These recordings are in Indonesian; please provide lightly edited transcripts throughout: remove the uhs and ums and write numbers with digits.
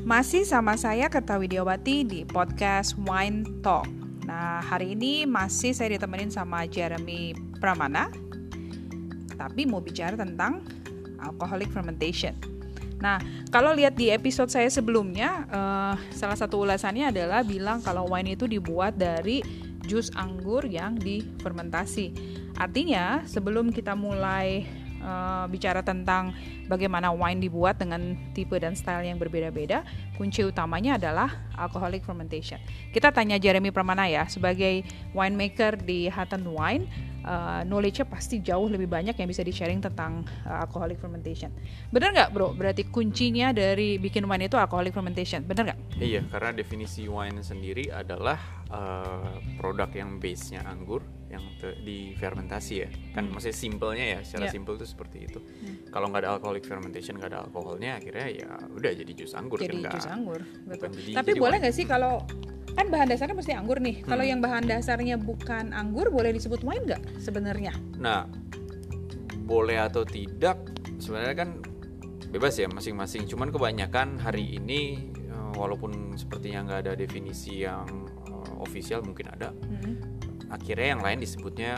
Masih sama saya Kerta Widiawati di podcast Wine Talk. Nah, hari ini masih saya ditemenin sama Jeremy Pramana, tapi mau bicara tentang alcoholic fermentation. Nah, kalau lihat di episode saya sebelumnya, salah satu ulasannya adalah bilang kalau wine itu dibuat dari jus anggur yang difermentasi. Artinya, sebelum kita mulai bicara tentang bagaimana wine dibuat dengan tipe dan style yang berbeda-beda, kunci utamanya adalah alcoholic fermentation. Kita tanya Jeremy Pramana ya, sebagai winemaker di Hutton Wine, knowledge-nya pasti jauh lebih banyak yang bisa di-sharing tentang alcoholic fermentation. Benar nggak bro? Berarti kuncinya dari bikin wine itu alcoholic fermentation, benar nggak? Iya, karena definisi wine sendiri adalah produk yang base-nya anggur yang difermentasi ya. Kan maksudnya simpelnya ya, secara simple itu seperti itu. Kalau nggak ada alcoholic fermentation, nggak ada alkoholnya, akhirnya ya udah jadi jus anggur. Jadi kan jus anggur, betul. Jadi boleh nggak sih kalau kan bahan dasarnya pasti anggur nih. Kalau yang bahan dasarnya bukan anggur, boleh disebut wine nggak sebenarnya? Nah, boleh atau tidak sebenarnya kan bebas ya masing-masing. Cuman kebanyakan hari ini walaupun sepertinya nggak ada definisi yang official, mungkin ada. Akhirnya yang lain disebutnya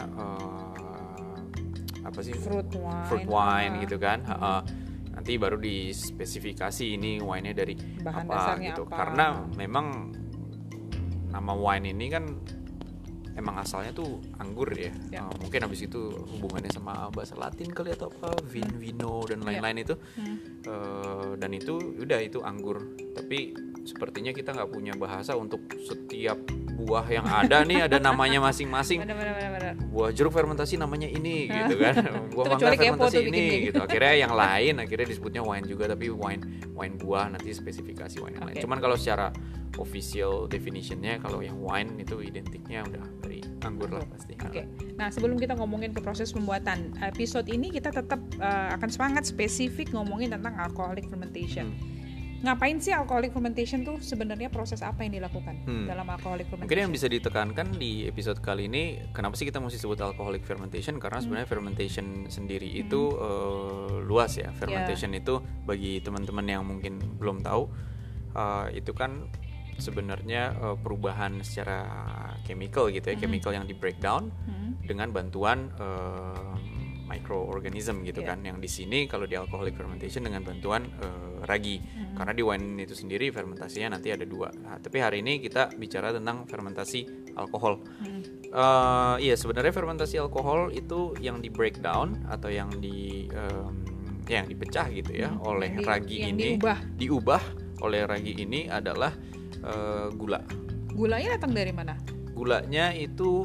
apa sih? Fruit wine gitu kan. Nanti baru dispesifikasi ini wine-nya dari bahan apa dasarnya gitu. apa. Karena memang nama wine ini kan emang asalnya tuh anggur ya. Mungkin habis itu hubungannya sama bahasa Latin kali atau apa, vino dan lain-lain itu. Dan itu udah itu anggur. Tapi sepertinya kita nggak punya bahasa untuk setiap buah yang ada nih ada namanya masing-masing. Benar. Buah jeruk fermentasi namanya ini gitu kan. Buah mangga fermentasi ini gitu. Akhirnya yang lain akhirnya disebutnya wine juga, tapi wine buah, nanti spesifikasi wine yang lain. Cuman kalau secara official definitionnya, kalau yang wine itu identiknya udah dari anggur lah pasti. Oke. Nah, sebelum kita ngomongin ke proses pembuatan, episode ini kita tetap akan sangat spesifik ngomongin tentang alcoholic fermentation. Ngapain sih alcoholic fermentation tuh sebenarnya, proses apa yang dilakukan dalam alcoholic fermentation? Mungkin yang bisa ditekankan di episode kali ini, kenapa sih kita mesti sebut alcoholic fermentation? Karena sebenarnya fermentation sendiri itu luas ya. Fermentation itu bagi teman-teman yang mungkin belum tahu, itu kan sebenarnya perubahan secara chemical gitu ya, chemical yang di breakdown dengan bantuan microorganism gitu kan. Yang di sini kalau di alcoholic fermentation dengan bantuan ragi. Karena di wine itu sendiri fermentasinya nanti ada 2. Nah, tapi hari ini kita bicara tentang fermentasi alkohol. Iya, sebenarnya fermentasi alkohol itu yang di breakdown atau yang yang dipecah gitu ya oleh ragi ini, diubah oleh ragi ini adalah gula. Gulanya datang dari mana? Gulanya itu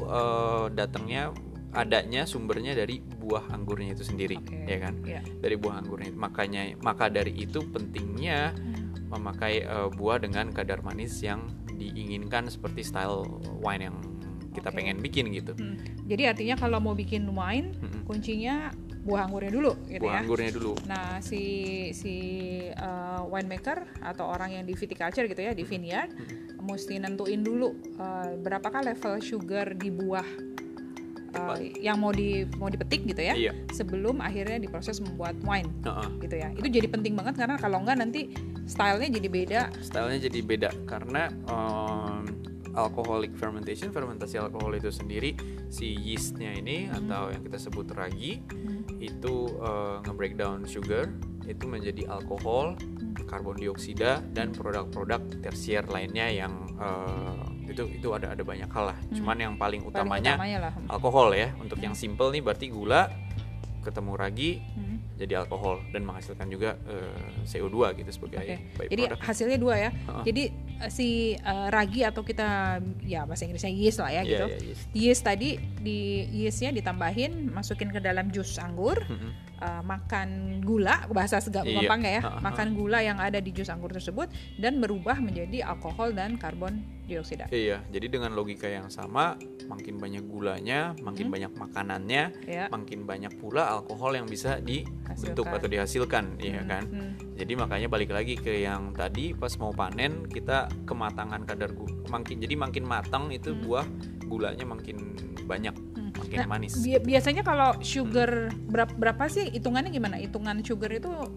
adanya sumbernya dari buah anggurnya itu sendiri, ya kan? Dari buah anggurnya. Maka dari itu pentingnya memakai buah dengan kadar manis yang diinginkan seperti style wine yang kita pengen bikin gitu. Jadi artinya kalau mau bikin wine, kuncinya buah anggurnya dulu, gitu buah ya. anggurnya dulu. Nah, si winemaker atau orang yang di viticulture gitu ya, di vineyard, mesti nentuin dulu berapakah level sugar di buah yang mau dipetik gitu ya, sebelum akhirnya diproses membuat wine, gitu ya. Itu jadi penting banget karena kalau enggak nanti stylenya jadi beda. Stylenya jadi beda karena alcoholic fermentation, fermentasi alkohol itu sendiri, si yeastnya ini atau yang kita sebut ragi itu nge-breakdown sugar itu menjadi alkohol, karbon dioksida dan produk-produk tersier lainnya yang itu ada banyak hal lah. Cuman yang paling utamanya alkohol ya. Untuk yang simple nih berarti gula ketemu ragi jadi alkohol dan menghasilkan juga CO2 gitu sebagai byproduct. Jadi hasilnya 2 ya. Jadi si ragi atau kita ya bahasa Inggrisnya yeast lah ya gitu. Yeast tadi yeastnya ditambahin, masukin ke dalam jus anggur, makan gula, bahasa gampang ya, makan gula yang ada di jus anggur tersebut dan berubah menjadi alkohol dan karbon dioksida. Iya, jadi dengan logika yang sama, makin banyak gulanya, makin banyak makanannya, makin banyak pula alkohol yang bisa dibentuk atau dihasilkan, ya kan? Jadi makanya balik lagi ke yang tadi, pas mau panen kita kematangan kadar gula, makin matang itu buah gulanya makin banyak, makin manis. Biasanya kalau sugar berapa sih hitungannya, gimana? Hitungan sugar itu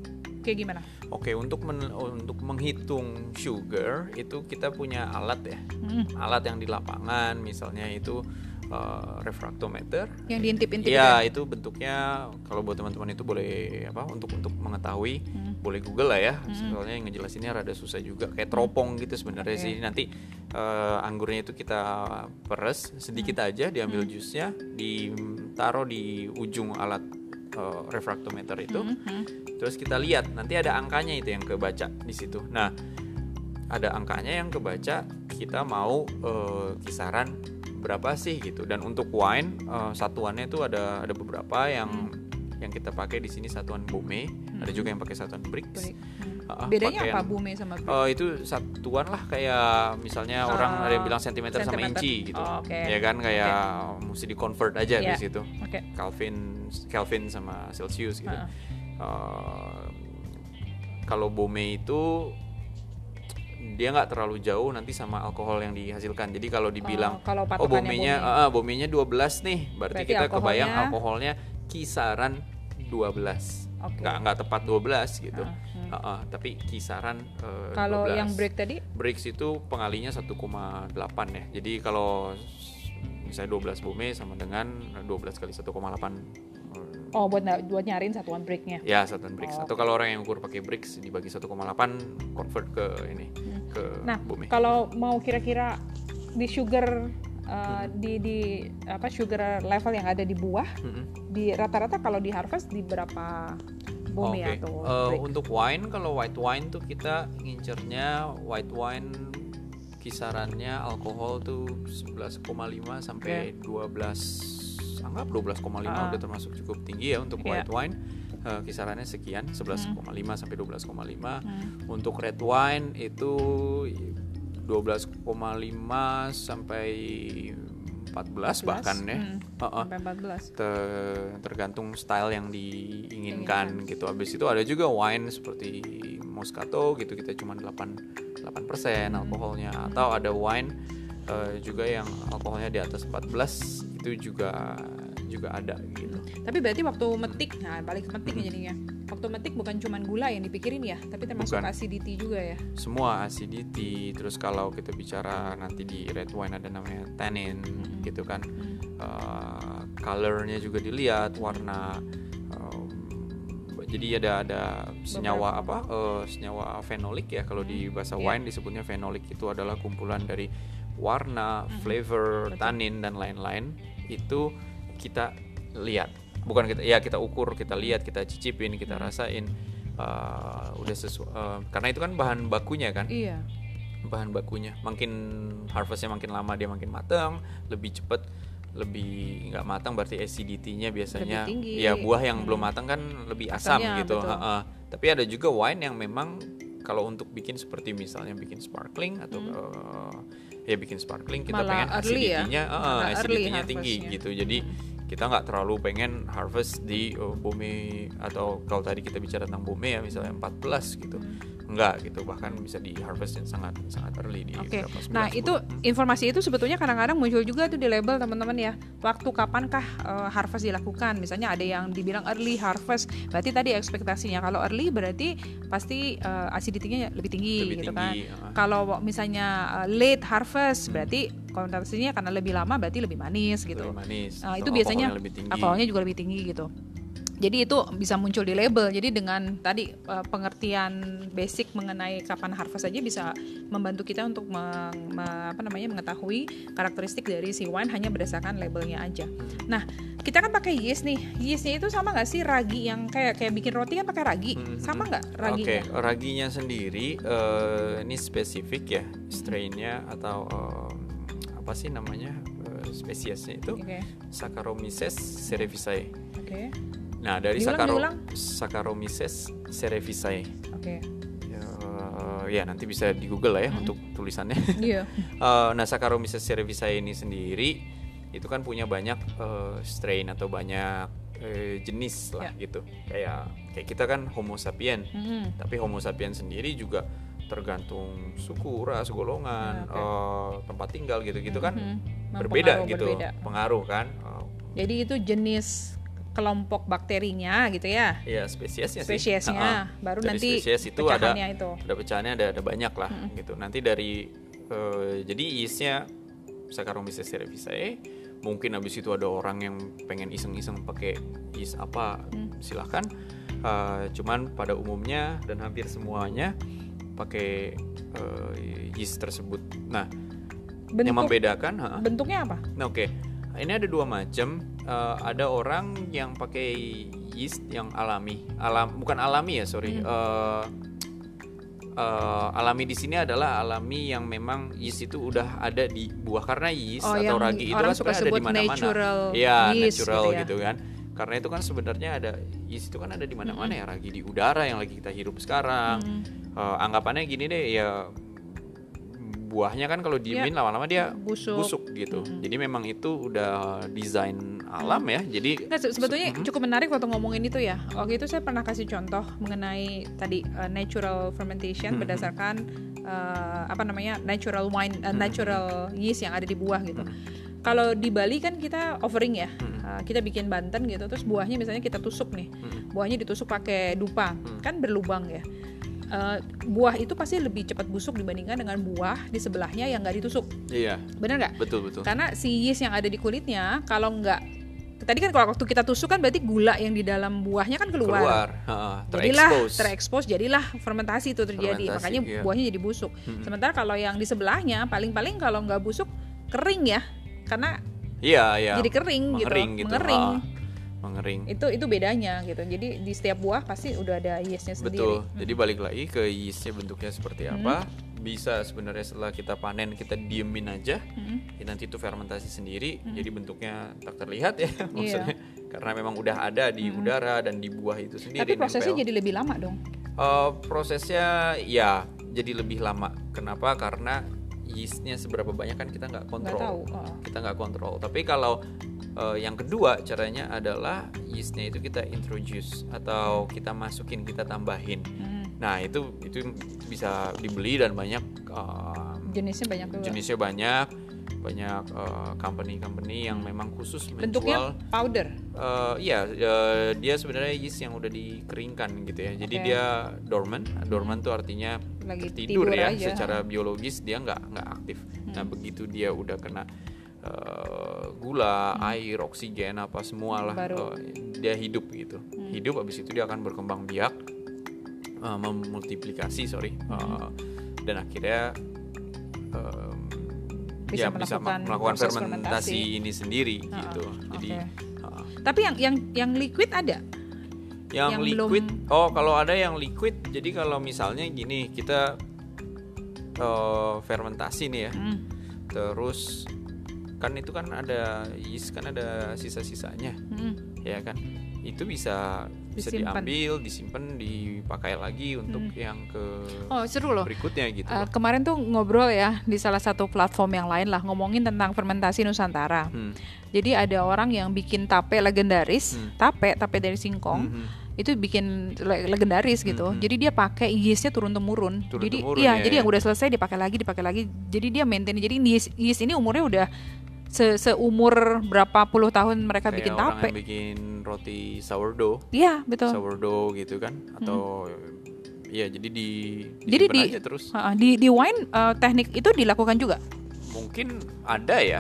Kayak gimana? Oke, untuk menghitung sugar itu kita punya alat ya. Alat yang di lapangan misalnya itu refractometer. Yang diintip-intip ya itu bentuknya kalau buat teman-teman itu boleh untuk mengetahui boleh Google lah ya. Soalnya yang ngejelasinnya rada susah juga, kayak teropong gitu sebenarnya sih. Nanti anggurnya itu kita peres sedikit aja, diambil jusnya, ditaruh di ujung alat refractometer itu. Terus kita lihat nanti ada angkanya itu yang kebaca di situ. Nah, ada angkanya yang kebaca, kita mau kisaran berapa sih gitu. Dan untuk wine satuannya itu ada beberapa yang kita pakai di sini satuan Beaumet, ada juga yang pakai satuan Brix. Bedanya apa Beaumet sama Brix? Itu satuan lah, kayak misalnya orang ada yang bilang sentimeter sama inci gitu. Ya kan, kayak mesti di convert aja di situ. Kelvin sama Celsius gitu. Kalau Beaumet itu dia nggak terlalu jauh nanti sama alkohol yang dihasilkan. Jadi kalau dibilang Beaumet-nya 12 nih, berarti kita kebayang alkoholnya kisaran 12. Nggak tepat 12 gitu. Tapi kisaran kalau 12. Yang Brix tadi? Brix itu pengalinya 1,8 ya. Jadi kalau misalnya 12 Beaumet sama dengan 12 kali 1,8. Buat nyariin satuan Brix-nya. Ya, satuan Brix. Atau kalau orang yang ukur pakai Brix dibagi 1,8 convert ke ini ke Beaumet. Kalau mau kira-kira di sugar di sugar level yang ada di buah, di rata-rata kalau di harvest di berapa Beaumet atau Brix? Untuk wine, kalau white wine tuh kita ngincernya white wine kisarannya alkohol tuh 11,5 sampai 12. Anggap 12,5 udah termasuk cukup tinggi ya untuk white wine. Kisarannya sekian, 11,5 sampai 12,5. Untuk red wine itu 12,5 sampai 14 bahkan ya. Sampai 14. Tergantung style yang diinginkan gitu. Habis itu ada juga wine seperti Moscato gitu, kita cuma 8% alkoholnya. Atau ada wine juga yang alkoholnya di atas 14, itu juga ada gitu. Tapi berarti waktu metik, balik ke metiknya jadinya. Waktu metik bukan cuma gula yang dipikirin ya, tapi termasuk acidity juga ya. Semua acidity. Terus kalau kita bicara nanti di red wine ada namanya tannin gitu kan. Colornya juga dilihat, warna. Jadi ada senyawa senyawa fenolik ya, kalau di bahasa wine disebutnya fenolik. Itu adalah kumpulan dari warna, flavor, tannin dan lain-lain. Itu kita lihat, bukan kita ukur, kita lihat, kita cicipin, kita rasain. Udah sesuai, karena itu kan bahan bakunya kan. Iya. Bahan bakunya, makin harvestnya makin lama dia makin matang, lebih cepat, lebih nggak matang berarti acidity-nya biasanya ya buah yang belum matang kan lebih asam gitu. Tapi ada juga wine yang memang kalau untuk bikin seperti misalnya bikin sparkling atau bikin sparkling, kita pengen acidity-nya tinggi gitu. Jadi kita nggak terlalu pengen harvest di Beaumet, atau kalau tadi kita bicara tentang Beaumet ya misalnya 14 gitu. Enggak gitu, bahkan bisa di harvest yang sangat early di berapa 9, Nah 10. Itu informasi itu sebetulnya kadang-kadang muncul juga tuh di label teman-teman ya. Waktu kapankah harvest dilakukan? Misalnya ada yang dibilang early harvest, berarti tadi ekspektasinya kalau early berarti pasti acidity-nya lebih tinggi gitu kan. Kalau misalnya late harvest berarti konsentrasinya karena lebih lama berarti lebih manis gitu. Lebih manis. Itu biasanya alkoholnya juga lebih tinggi gitu. Jadi itu bisa muncul di label. Jadi dengan tadi pengertian basic mengenai kapan harvest saja bisa membantu kita untuk mengetahui karakteristik dari si wine hanya berdasarkan labelnya aja. Nah, kita kan pakai yeast nih. Yeastnya itu sama nggak sih ragi yang kayak bikin roti kan pakai ragi? Sama nggak raginya? Raginya sendiri ini spesifik ya, strainnya atau apa sih namanya spesiesnya itu Saccharomyces cerevisiae. Nah, dari Saccharomyces cerevisiae. Ya nanti bisa di Google lah ya untuk tulisannya. Nah, Saccharomyces cerevisiae ini sendiri itu kan punya banyak strain atau banyak jenis lah gitu. Kayak kita kan Homo sapien, tapi Homo sapien sendiri juga tergantung suku, ras, golongan, tempat tinggal gitu-gitu kan berbeda gitu, pengaruh kan. Jadi itu jenis kelompok bakterinya gitu ya. Iya, spesiesnya sih. Spesiesnya, baru dari nanti spesies itu pecahannya itu. ada pecahannya, ada banyak lah gitu. Nanti dari jadi yeastnya Saccharomyces cerevisiae. Mungkin habis itu ada orang yang pengen iseng-iseng pakai yeast apa, silahkan. Cuman pada umumnya dan hampir semuanya pakai yeast tersebut. Nah, yang membedakan bentuknya apa? Nah, oke. Ini ada dua macam. Ada orang yang pakai yeast yang bukan alami ya, sorry. Alami di sini adalah alami yang memang yeast itu udah ada di buah, karena yeast atau ragi itu kan sebenarnya ada di mana-mana. Iya, natural gitu kan. Karena itu kan sebenarnya ada yeast itu kan ada di mana-mana ya, ragi di udara yang lagi kita hirup sekarang. Anggapannya gini deh ya, buahnya kan kalau diemin lama-lama dia busuk gitu. Jadi memang itu udah desain alam ya. Jadi sebetulnya cukup menarik waktu ngomongin itu ya. Waktu itu saya pernah kasih contoh mengenai tadi natural fermentation berdasarkan natural wine, natural yeast yang ada di buah gitu. Kalau di Bali kan kita offering ya, kita bikin Banten gitu, terus buahnya misalnya kita tusuk nih, buahnya ditusuk pakai dupa, kan berlubang ya. Buah itu pasti lebih cepat busuk dibandingkan dengan buah di sebelahnya yang nggak ditusuk. Iya. Benar nggak? Betul. Karena si yeast yang ada di kulitnya, kalau nggak, tadi kan kalau waktu kita tusuk kan berarti gula yang di dalam buahnya kan keluar. Terekspos, jadilah fermentasi itu terjadi. Makanya buahnya jadi busuk. Sementara kalau yang di sebelahnya paling-paling kalau nggak busuk kering ya, karena jadi kering gitu. Mengering. Itu bedanya gitu. Jadi di setiap buah pasti udah ada yeastnya sendiri. Betul. Jadi balik lagi ke yeastnya bentuknya seperti apa. Bisa sebenarnya setelah kita panen kita diemin aja, ya nanti itu fermentasi sendiri. Jadi bentuknya tak terlihat ya maksudnya. Karena memang udah ada di udara dan di buah itu sendiri. Tapi prosesnya jadi lebih lama dong. Prosesnya ya jadi lebih lama. Kenapa? Karena yeastnya seberapa banyak kan kita nggak kontrol. Kita nggak kontrol. Tapi kalau yang kedua caranya adalah yeastnya itu kita introduce atau kita masukin, kita tambahin. Nah itu bisa dibeli dan banyak jenisnya banyak juga. Jenisnya banyak company yang memang khusus bentuknya menjual powder. Dia sebenarnya yeast yang udah dikeringkan gitu ya. Jadi dia dormant tuh artinya lagi tidur ya aja. Secara biologis dia nggak aktif. Nah begitu dia udah kena gula, air, oksigen apa semua lah, dia hidup gitu. Hidup, habis itu dia akan berkembang biak, memultiplikasi dan akhirnya bisa melakukan fermentasi ini sendiri gitu. Jadi tapi yang liquid ada? Yang liquid belum... kalau ada yang liquid, jadi kalau misalnya gini, kita fermentasi nih ya, terus kan itu kan ada yeast, kan ada sisa-sisanya, ya kan, itu bisa diambil, disimpan, dipakai lagi untuk yang seru loh berikutnya gitu. Kemarin tuh ngobrol ya di salah satu platform yang lain lah, ngomongin tentang fermentasi Nusantara. Jadi ada orang yang bikin tape legendaris, tape dari singkong. Itu bikin legendaris gitu. Jadi dia pakai yeastnya turun temurun. Jadi yang udah selesai dipakai lagi. Jadi dia maintain. Jadi yeast ini umurnya udah seumur berapa puluh tahun mereka kayak bikin tape. Kayak orang yang bikin roti sourdough. Iya, betul. Sourdough gitu kan, atau jadi aja terus. Di wine teknik itu dilakukan juga. Mungkin ada ya,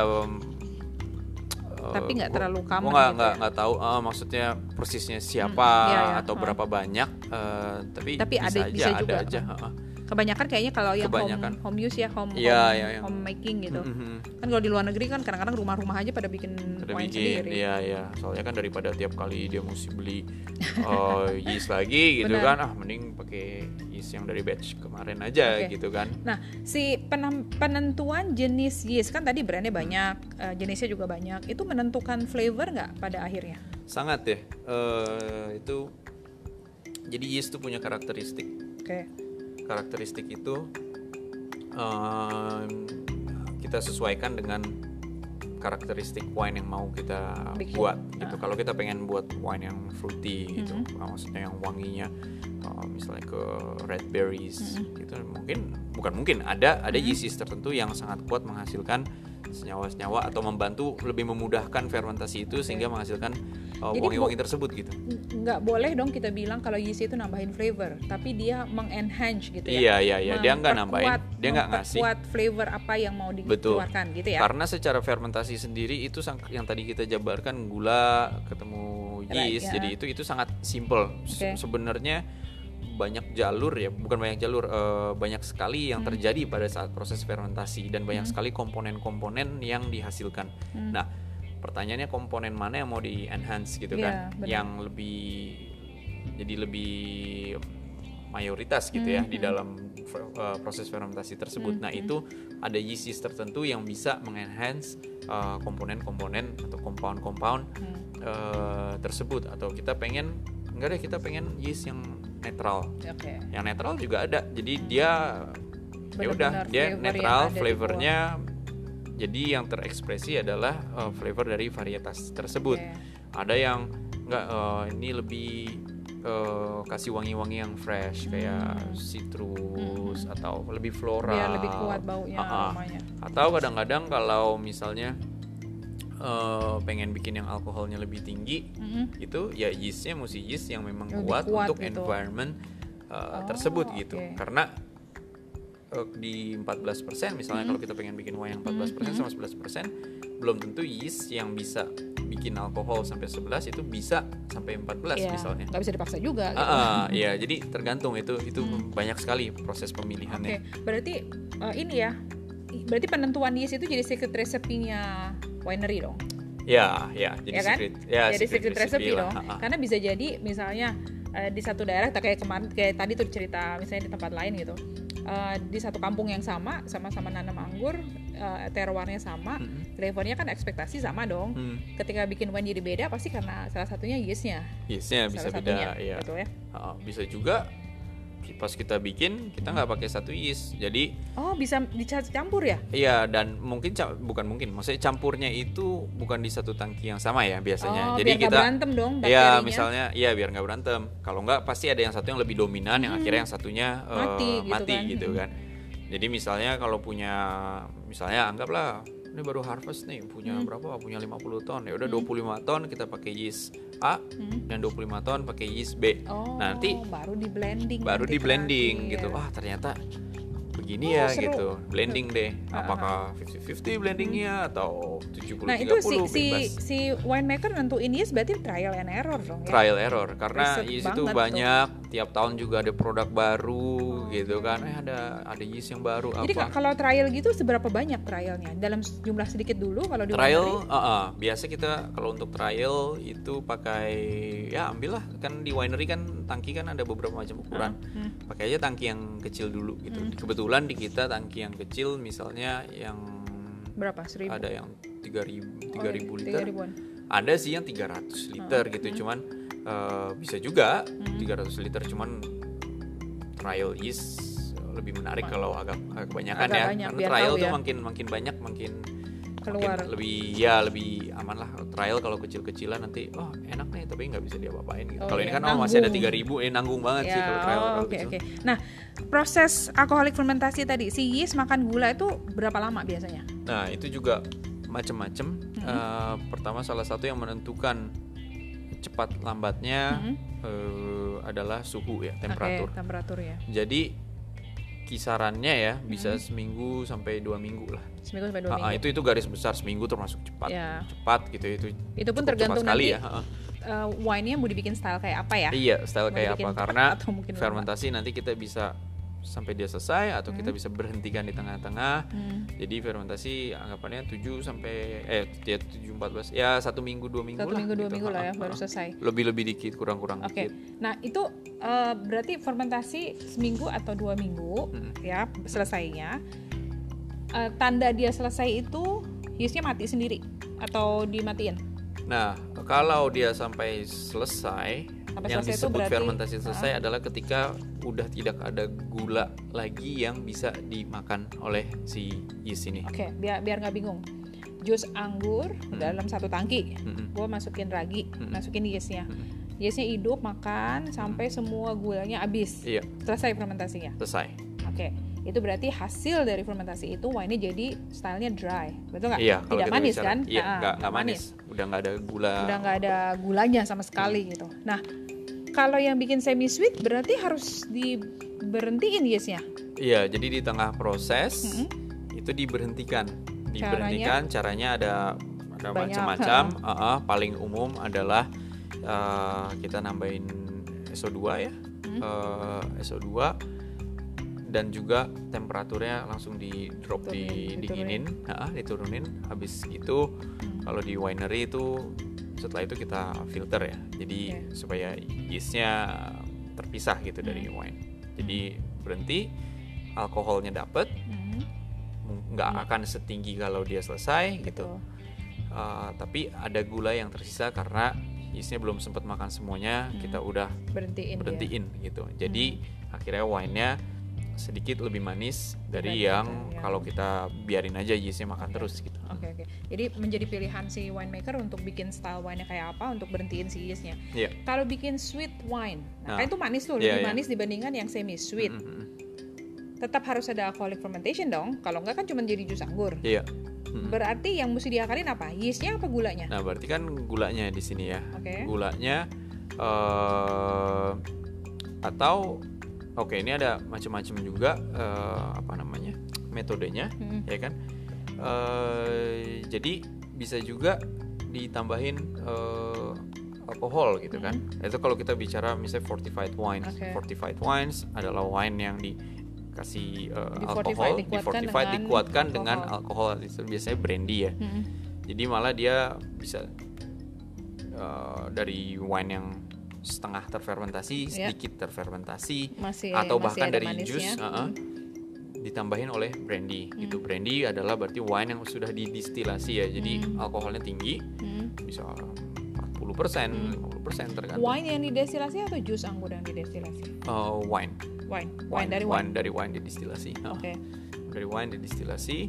tapi nggak terlalu common. Nggak tahu maksudnya persisnya siapa atau berapa banyak, tapi bisa ada aja. Kebanyakan kayaknya kalau yang home use ya, home making gitu. Kan kalau di luar negeri kan kadang-kadang rumah-rumah aja pada bikin wine sendiri. Iya. Soalnya kan daripada tiap kali dia mesti beli yeast lagi gitu. Bener. Kan, mending pakai yeast yang dari batch kemarin aja gitu kan. Nah, si penentuan jenis yeast kan tadi brandnya banyak, jenisnya juga banyak. Itu menentukan flavor nggak pada akhirnya? Sangat ya. Itu jadi yeast itu punya karakteristik. Karakteristik itu kita sesuaikan dengan karakteristik wine yang mau kita buat gitu. Kalau kita pengen buat wine yang fruity gitu, maksudnya yang wanginya misalnya ke red berries gitu, mungkin ada yeast tertentu yang sangat kuat menghasilkan senyawa-senyawa atau membantu lebih memudahkan fermentasi itu sehingga menghasilkan Jadi wangi-wangi tersebut gitu. nggak boleh dong kita bilang kalau yeast itu nambahin flavor, tapi dia mengenhance gitu ya. Iya, dia nggak nambahin, dia nggak ngasih. Memperkuat flavor apa yang mau dikeluarkan gitu ya. Karena secara fermentasi sendiri itu yang tadi kita jabarkan gula ketemu yeast, jadi itu sangat simple. Sebenarnya banyak jalur ya, bukan banyak jalur, banyak sekali yang terjadi pada saat proses fermentasi dan banyak sekali komponen-komponen yang dihasilkan. Nah, pertanyaannya komponen mana yang mau di enhance gitu kan, yang lebih mayoritas gitu ya di dalam proses fermentasi tersebut. Nah, itu ada yeast tertentu yang bisa mengenhance komponen-komponen atau compound tersebut, atau kita pengen yeast yang netral. Yang netral juga ada. Jadi dia netral, flavornya. Jadi yang terekspresi adalah flavor dari varietas tersebut. Ada yang enggak, ini lebih kasih wangi-wangi yang fresh kayak citrus atau lebih floral. Biar lebih kuat baunya, aromanya. Atau kadang-kadang kalau misalnya pengen bikin yang alkoholnya lebih tinggi, itu ya yeastnya mesti yeast yang memang kuat untuk gitu. Environment tersebut gitu. Karena di 14% misalnya kalau kita pengen bikin wine yang 14% sama 11%, belum tentu yeast yang bisa bikin alkohol sampai 11 itu bisa sampai 14 misalnya. Nggak bisa dipaksa juga gitu. Iya, jadi tergantung itu banyak sekali proses pemilihannya. Berarti ini ya. Berarti penentuan yeast itu jadi secret recipe-nya winery dong. Ya, jadi kan? secret. Jadi secret recipe dong. Karena bisa jadi misalnya di satu daerah kayak tadi tuh cerita misalnya di tempat lain gitu. Di satu kampung yang sama-sama nanam anggur, terroirnya sama, flavornya kan ekspektasi sama dong. Ketika bikin wine jadi beda pasti karena salah satunya yeastnya bisa beda, ya. Gitu ya. Bisa juga pas kita bikin kita nggak pakai satu yeast, jadi bisa dicampur ya? Iya, dan maksudnya campurnya itu bukan di satu tangki yang sama ya biasanya. Jadi biar kita berantem dong bakterinya. Iya, misalnya biar nggak berantem. Kalau nggak pasti ada yang satu yang lebih dominan, yang akhirnya yang satunya mati gitu kan. Jadi misalnya kalau misalnya anggaplah ini baru harvest nih, punya 50 ton, ya udah 25 ton kita pakai yeast A dan 25 ton pakai yeast B. Nanti baru di blending gitu. Wah, ternyata begini ya seru. Gitu. Blending deh. Apakah 50-50 blendingnya atau 70-30 Nah, itu bebas. si winemaker nentuin yeast berarti trial and error dong ya. Trial error karena yeast itu banyak, tiap tahun juga ada produk baru gitu kan. Ada yeast yang baru. Jadi kalau trial gitu seberapa banyak trialnya? Dalam jumlah sedikit dulu kalau di trial biasa kita kalau untuk trial itu pakai ambillah kan di winery kan tangki kan ada beberapa macam ukuran. Pakai aja tangki yang kecil dulu gitu. Kebetulan di kita tangki yang kecil misalnya yang berapa? 1.000? Ada yang 3.000 liter. 3.000-an. Ada sih yang 300 liter gitu. Cuman bisa juga 300 liter, cuman trial yeast lebih menarik kalau agak kebanyakan ya. Banyak, karena trial tuh makin banyak makin keluar. Lebih aman lah. Trial kalau kecil-kecilan nanti enak nih tapi nggak bisa diapa-apain gitu. Kalau ini kan masih ada 3.000, nanggung banget sih kalau trial. Oke. Nah, proses alkoholik fermentasi tadi, si yeast makan gula itu berapa lama biasanya? Nah, itu juga macam-macam. Pertama, salah satu yang menentukan cepat lambatnya adalah suhu ya, temperatur. Temperatur ya. Jadi kisarannya ya bisa seminggu sampai 2 minggu lah. Seminggu sampai 2 minggu. Itu garis besar, seminggu termasuk cepat. Cepat gitu itu pun tergantung nanti ya. Wine-nya mau dibikin style kayak apa ya? Iya, style kayak apa, karena fermentasi nanti kita bisa sampai dia selesai atau kita bisa berhentikan di tengah-tengah. Jadi fermentasi anggapannya 7-14 ya 1 minggu 2 minggu lah. 1 minggu 2 minggu lah ya baru selesai. Lebih dikit, kurang dikit. Nah, itu berarti fermentasi seminggu atau 2 minggu ya selesainya. Tanda dia selesai itu yeastnya mati sendiri atau dimatiin? Nah, kalau dia sampai selesai yang disebut fermentasi selesai adalah ketika udah tidak ada gula lagi yang bisa dimakan oleh si yeast ini. Oke, biar nggak bingung. Jus anggur dalam satu tangki, gue masukin ragi, masukin yeastnya. Yeastnya hidup, makan sampai semua gulanya habis. Iya. Selesai fermentasinya. Selesai. Oke. itu berarti hasil dari fermentasi itu wine-nya jadi stylenya dry, betul nggak? Iya, Tidak manis kan? Iya, nggak manis. Udah nggak ada gula. Udah nggak ada gulanya sama sekali gitu. Nah, kalau yang bikin semi sweet berarti harus diberhentiin yeastnya. Iya, jadi di tengah proses itu diberhentikan. Caranya ada macam-macam. Paling umum adalah kita nambahin SO2 ya, SO2, dan juga temperaturnya langsung diturunin. Habis itu kalau di winery itu setelah itu kita filter ya, jadi supaya yeastnya terpisah gitu dari wine. Jadi berhenti, alkoholnya dapet, nggak akan setinggi kalau dia selesai gitu. Tapi ada gula yang tersisa karena yeastnya belum sempat makan semuanya, kita udah berhentiin gitu. Jadi akhirnya wine-nya sedikit lebih manis dari yang kalau kita biarin aja yeastnya makan terus gitu. Oke. Jadi menjadi pilihan si winemaker untuk bikin style wine-nya kayak apa untuk berhentiin si yeastnya. Kalau bikin sweet wine, kan itu manis tuh, lebih manis dibandingkan yang semi sweet. Tetap harus ada alcoholic fermentation dong. Kalau enggak kan cuma jadi jus anggur. Berarti yang mesti diakalin apa? Yeastnya apa gulanya? Nah, berarti kan gulanya di sini ya. Gulanya atau ini ada macam-macam juga metodenya, ya kan? Jadi bisa juga ditambahin alkohol gitu kan. Itu kalau kita bicara misalnya fortified wines. Fortified wines adalah wine yang dikasih alkohol, dikuatkan dengan alkohol. Itu biasanya brandy ya. Jadi malah dia bisa dari wine yang setengah terfermentasi, sedikit terfermentasi, atau bahkan dari jus ditambahin oleh brandy. Gitu. Brandy adalah berarti wine yang sudah didistilasi ya. Jadi alkoholnya tinggi, bisa 40%, 50% tergantung. Wine yang didestilasi atau jus anggur yang didestilasi? Wine dari wine didistilasi. Dari wine didistilasi.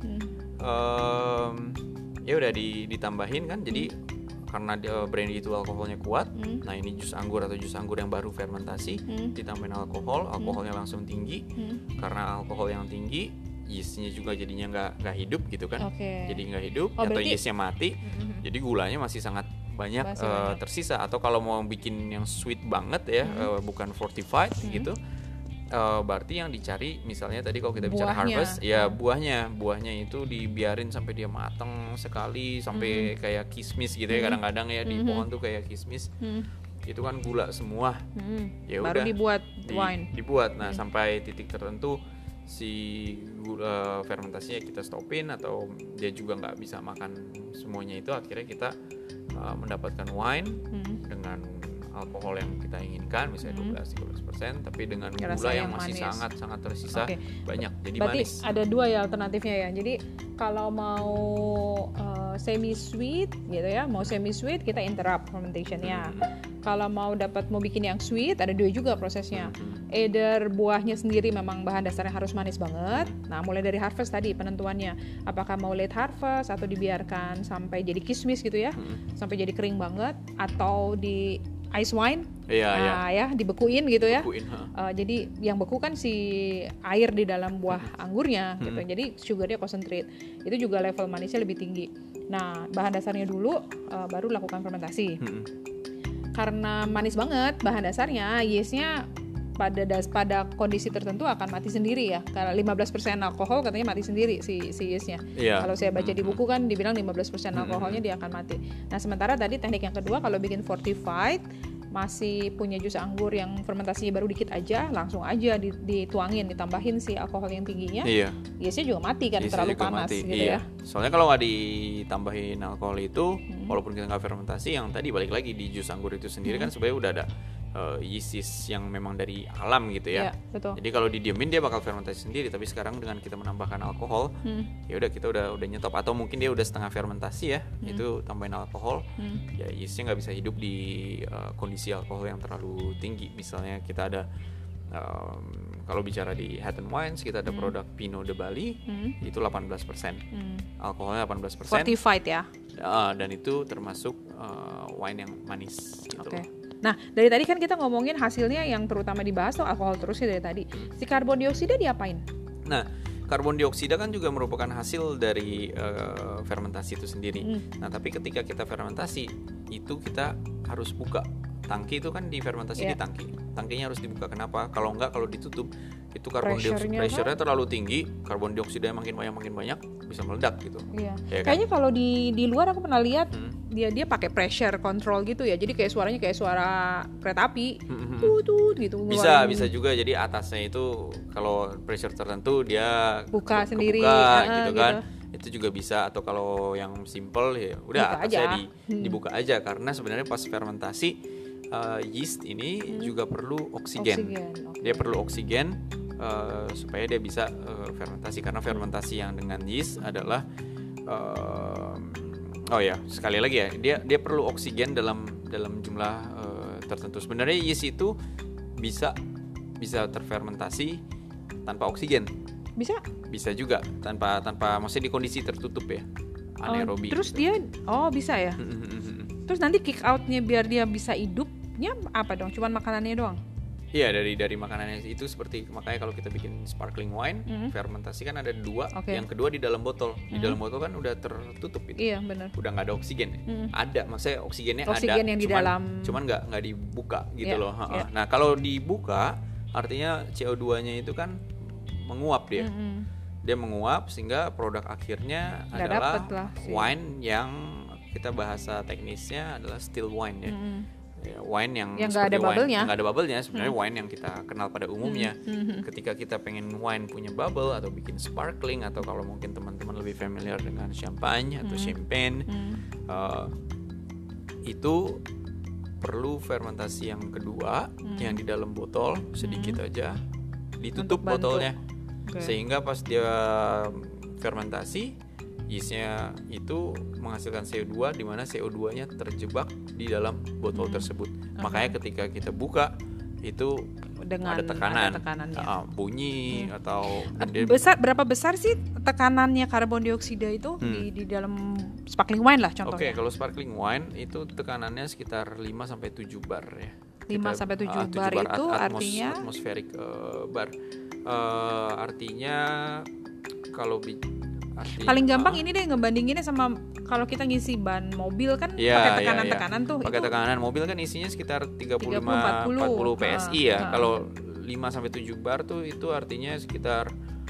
Ya udah ditambahin kan. Jadi karena brandy itu alkoholnya kuat, nah ini jus anggur atau jus anggur yang baru fermentasi, ditambahin alkoholnya langsung tinggi. Karena alkohol yang tinggi, yeastnya juga jadinya nggak hidup gitu kan. Jadi nggak hidup atau yeastnya mati, jadi gulanya masih sangat banyak tersisa. Atau kalau mau bikin yang sweet banget ya, bukan fortified gitu, berarti yang dicari misalnya tadi kalau kita bicara harvest ya buahnya itu dibiarin sampai dia matang sekali, sampai kayak kismis gitu ya, kadang-kadang ya di pohon tuh kayak kismis. Itu kan gula semua. Ya baru udah dibuat wine. Nah sampai titik tertentu si gula fermentasinya kita stopin atau dia juga nggak bisa makan semuanya, itu akhirnya kita mendapatkan wine dengan alkohol yang kita inginkan, misalnya 12-13%, tapi dengan gula yang masih sangat tersisa banyak, jadi berarti manis. Ada dua ya alternatifnya ya. Jadi kalau mau semi sweet gitu ya, mau semi sweet kita interrupt fermentationnya. Kalau mau bikin yang sweet, ada dua juga prosesnya. Either buahnya sendiri memang bahan dasarnya harus manis banget. Nah, mulai dari harvest tadi penentuannya, apakah mau late harvest atau dibiarkan sampai jadi kismis gitu ya, sampai jadi kering banget, atau di ice wine, ya dibekuin gitu ya. Jadi yang beku kan si air di dalam buah anggurnya gitu. Jadi sugarnya concentrate. Itu juga level manisnya lebih tinggi. Nah, bahan dasarnya dulu baru lakukan fermentasi. Karena manis banget bahan dasarnya, yeastnya pada kondisi tertentu akan mati sendiri ya. Karena 15% alkohol katanya mati sendiri si yeastnya. Kalau saya baca di buku kan dibilang 15% alkoholnya dia akan mati. Nah, sementara tadi teknik yang kedua kalau bikin fortified, masih punya jus anggur yang fermentasinya baru dikit aja, langsung aja dituangin, ditambahin si alkohol yang tingginya. Yeastnya juga mati kan, terlalu panas gitu ya. Soalnya kalau nggak ditambahin alkohol itu, walaupun kita nggak fermentasi, yang tadi balik lagi di jus anggur itu sendiri kan sebenarnya udah ada yeast yang memang dari alam gitu ya. Betul. Jadi kalau didiemin dia bakal fermentasi sendiri, tapi sekarang dengan kita menambahkan alkohol, ya udah kita udah nyetop, atau mungkin dia udah setengah fermentasi ya, itu tambahin alkohol, ya yeastnya nggak bisa hidup di kondisi alkohol yang terlalu tinggi. Misalnya kita ada kalau bicara di Head & Wines kita ada produk Pinot de Bali, itu 18%, alkoholnya 18%. Fortified ya. Dan itu termasuk wine yang manis gitu. Nah, dari tadi kan kita ngomongin hasilnya yang terutama dibahas tuh alkohol terus ya dari tadi. Si karbon dioksida diapain? Nah, karbon dioksida kan juga merupakan hasil dari fermentasi itu sendiri. Nah, tapi ketika kita fermentasi itu kita harus buka tangki. Itu kan di fermentasi di tangkinya harus dibuka. Kenapa? Kalau ditutup itu karbon dioksida pressure-nya terlalu tinggi, karbon dioksida makin banyak bisa meledak gitu. Iya. Ya kan? Kayaknya kalau di luar aku pernah lihat dia pakai pressure control gitu ya. Jadi kayak suaranya kayak suara kereta api. Tut gitu. Bisa juga, jadi atasnya itu kalau pressure tertentu dia buka sendiri gitu kan. Itu juga bisa, atau kalau yang simple ya udah atasnya dibuka aja, karena sebenarnya pas fermentasi yeast ini juga perlu oksigen. Dia perlu oksigen supaya dia bisa fermentasi, karena fermentasi yang dengan yeast adalah sekali lagi ya, dia perlu oksigen dalam jumlah tertentu. Sebenarnya yeast itu bisa terfermentasi tanpa oksigen. Bisa juga tanpa maksudnya di kondisi tertutup ya, anaerobi. Terus gitu. dia bisa ya. Terus nanti kick outnya biar dia bisa hidupnya apa dong? Cuman makanannya doang? Iya, dari makanannya itu, seperti makanya kalau kita bikin sparkling wine, fermentasi kan ada 2. Yang kedua di dalam botol. Di dalam botol kan udah tertutup itu. Iya, benar. Udah nggak ada oksigen. Ada, maksudnya oksigen ada. Yang di dalam. Cuman nggak dibuka gitu loh. Nah, kalau dibuka artinya CO2-nya itu kan menguap dia. Dia menguap sehingga produk akhirnya adalah wine yang kita bahasa teknisnya adalah still wine ya. Wine yang nggak ada bubble-nya. Nggak ada bubble-nya sebenarnya. Wine yang kita kenal pada umumnya. Ketika kita pengen wine punya bubble atau bikin sparkling, atau kalau mungkin teman-teman lebih familiar dengan champagne atau champagne, itu perlu fermentasi yang kedua, yang di dalam botol sedikit aja, ditutup botolnya. Sehingga pas dia fermentasi, yeastnya itu menghasilkan CO2, di mana CO2-nya terjebak di dalam botol tersebut. Makanya ketika kita buka itu dengan ada tekanan, bunyi atau berapa besar sih tekanannya karbon dioksida itu di dalam sparkling wine lah contohnya. Kalau sparkling wine itu tekanannya sekitar 5-7 bar ya. 5-7 bar itu artinya atmospheric bar. Artinya kalau paling gampang ini deh ngebandinginnya sama kalau kita ngisi ban mobil kan pakai tekanan-tekanan tuh. Pakai tekanan, mobil kan isinya sekitar 35-40 PSI ya. Kalau 5-7 bar tuh itu artinya sekitar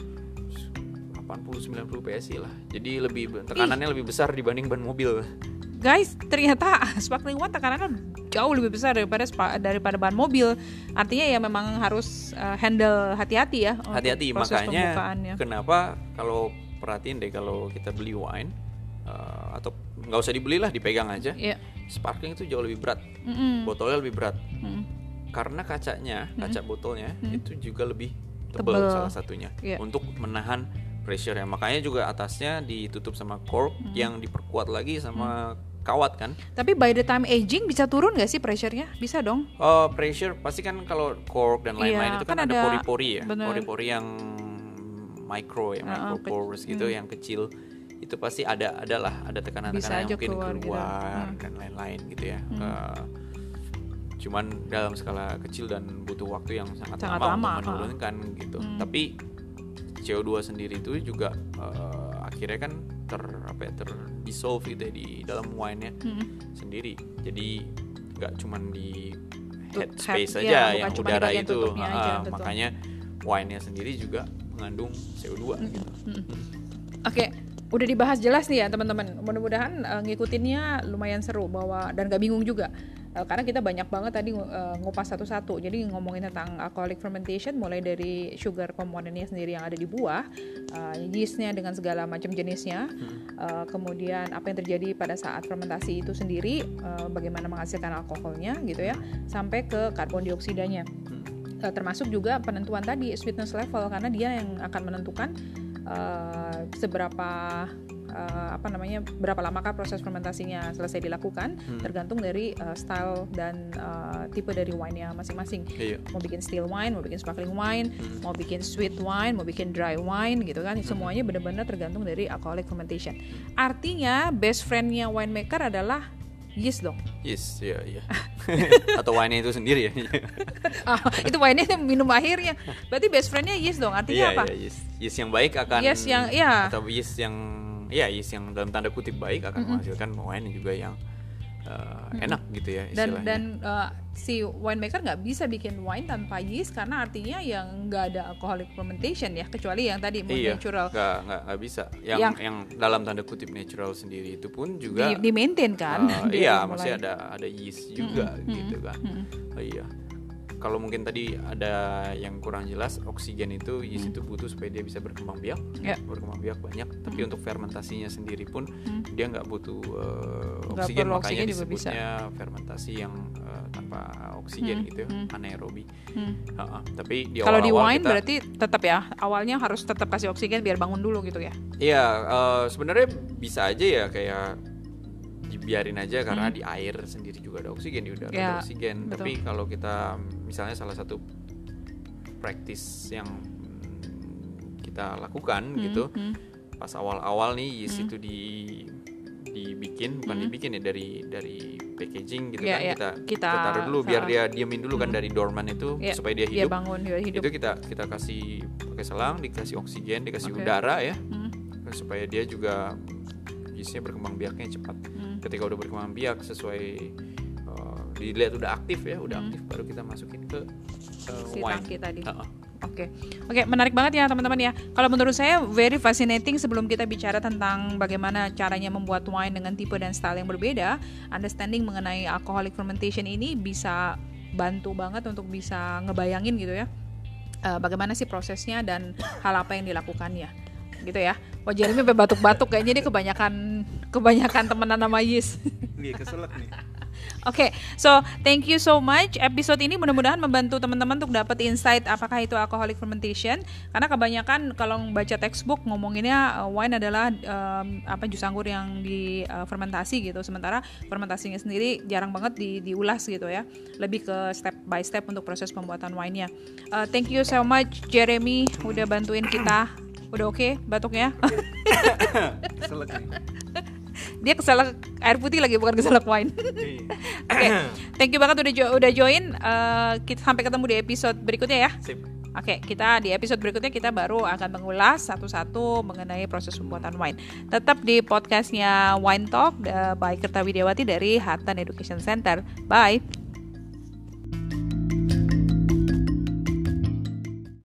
80-90 PSI lah. Jadi tekanannya lebih besar dibanding ban mobil. Guys, ternyata sparkling wine tekanannya jauh lebih besar daripada ban mobil. Artinya ya memang harus handle hati-hati ya. Hati-hati, makanya kenapa kalau perhatiin deh kalau kita beli wine atau nggak usah dibeli lah, dipegang aja. Sparkling itu jauh lebih berat, botolnya lebih berat, karena kaca botolnya itu juga lebih tebal salah satunya untuk menahan pressure ya. Makanya juga atasnya ditutup sama cork yang diperkuat lagi sama kawat kan. Tapi by the time aging bisa turun nggak sih pressure-nya? Bisa dong. Pressure pasti kan kalau cork dan lain-lain itu kan ada pori-pori ya. Pori-pori yang micro pores gitu, yang kecil, itu pasti ada tekanan yang mungkin keluar gitu. Dan lain-lain gitu ya. Cuman dalam skala kecil dan butuh waktu yang sangat lama untuk menurunkan gitu. Tapi CO2 sendiri itu juga akhirnya kan terdissolve gitu ya di dalam wine-nya sendiri. Jadi nggak cuman di head space aja yang udara itu, makanya wine-nya sendiri juga mengandung CO2 gitu. Oke, udah dibahas jelas nih ya teman-teman. Mudah-mudahan ngikutinnya lumayan seru dan gak bingung juga. Karena kita banyak banget tadi ngupas satu-satu. Jadi ngomongin tentang alcoholic fermentation, mulai dari sugar komponennya sendiri yang ada di buah, yeastnya dengan segala macam jenisnya, kemudian apa yang terjadi pada saat fermentasi itu sendiri, bagaimana menghasilkan alkoholnya gitu ya, sampai ke karbon dioksidanya. Termasuk juga penentuan tadi sweetness level, karena dia yang akan menentukan berapa lamakah proses fermentasinya selesai dilakukan, tergantung dari style dan tipe dari wine-nya masing-masing. Mau bikin still wine, mau bikin sparkling wine, mau bikin sweet wine, mau bikin dry wine gitu kan, semuanya benar-benar tergantung dari alcoholic fermentation. Artinya best friend-nya winemaker adalah yeast dong. Yeast, iya. Atau wine itu sendiri ya. Itu wine-nya minum akhirnya. Berarti best friend-nya yeast dong. Artinya apa? Iya, yeast yang baik akan Yeast yang atau yeast yang dalam tanda kutip baik akan menghasilkan wine juga yang enak gitu ya istilahnya. Dan si winemaker nggak bisa bikin wine tanpa yeast karena artinya yang nggak ada alcoholic fermentation ya, kecuali yang tadi natural. Nggak bisa. Yang dalam tanda kutip natural sendiri itu pun juga di maintain kan. Iya, masih ada yeast juga gitu kan. Iya. Kalau mungkin tadi ada yang kurang jelas, oksigen itu yeast itu butuh supaya dia bisa berkembang biak banyak. Tapi untuk fermentasinya sendiri pun dia nggak butuh oksigen, makanya disebutnya fermentasi yang tanpa oksigen gitu, anaerobi. Tapi kalau di wine berarti tetap ya, awalnya harus tetap kasih oksigen biar bangun dulu gitu ya? Iya, sebenarnya bisa aja ya kayak dibiarin aja karena di air sendiri juga ada oksigen, di udara ada oksigen. Betul. Tapi kalau kita misalnya salah satu practice yang kita lakukan gitu, pas awal-awal nih yeast itu bukan dibikin ya dari packaging gitu kan, kita taruh dulu biar dia diemin dulu kan dari dorman itu supaya dia hidup. Itu kita kasih pakai selang, dikasih oksigen, dikasih udara ya, supaya dia juga yeastnya berkembang biaknya cepat. Ketika udah berkembang biak sesuai dilihat udah aktif baru kita masukin ke si wine tangki tadi. Oke, menarik banget ya teman-teman ya. Kalau menurut saya very fascinating. Sebelum kita bicara tentang bagaimana caranya membuat wine dengan tipe dan style yang berbeda, understanding mengenai alcoholic fermentation ini bisa bantu banget untuk bisa ngebayangin gitu ya, bagaimana sih prosesnya dan hal apa yang dilakukannya gitu ya. Wah, Jeremy sampai batuk-batuk kayaknya dia kebanyakan temenan sama yeast. Iya, keselak nih. Oke, so thank you so much. Episode ini mudah-mudahan membantu teman-teman untuk dapat insight apakah itu alcoholic fermentation. Karena kebanyakan kalau baca textbook ngomonginnya wine adalah jus anggur yang difermentasi gitu. Sementara fermentasinya sendiri jarang banget diulas gitu ya. Lebih ke step by step untuk proses pembuatan wine-nya. Thank you so much Jeremy udah bantuin kita. Udah oke batuknya? Keselak nih. Dia keselak air putih lagi, bukan keselak wine. Oke, thank you banget udah join. Kita sampai ketemu di episode berikutnya ya. Sip. Oke, kita di episode berikutnya kita baru akan mengulas satu-satu mengenai proses pembuatan wine. Tetap di podcastnya Wine Talk by Kerta Widiawati dari Hatan Education Center. Bye.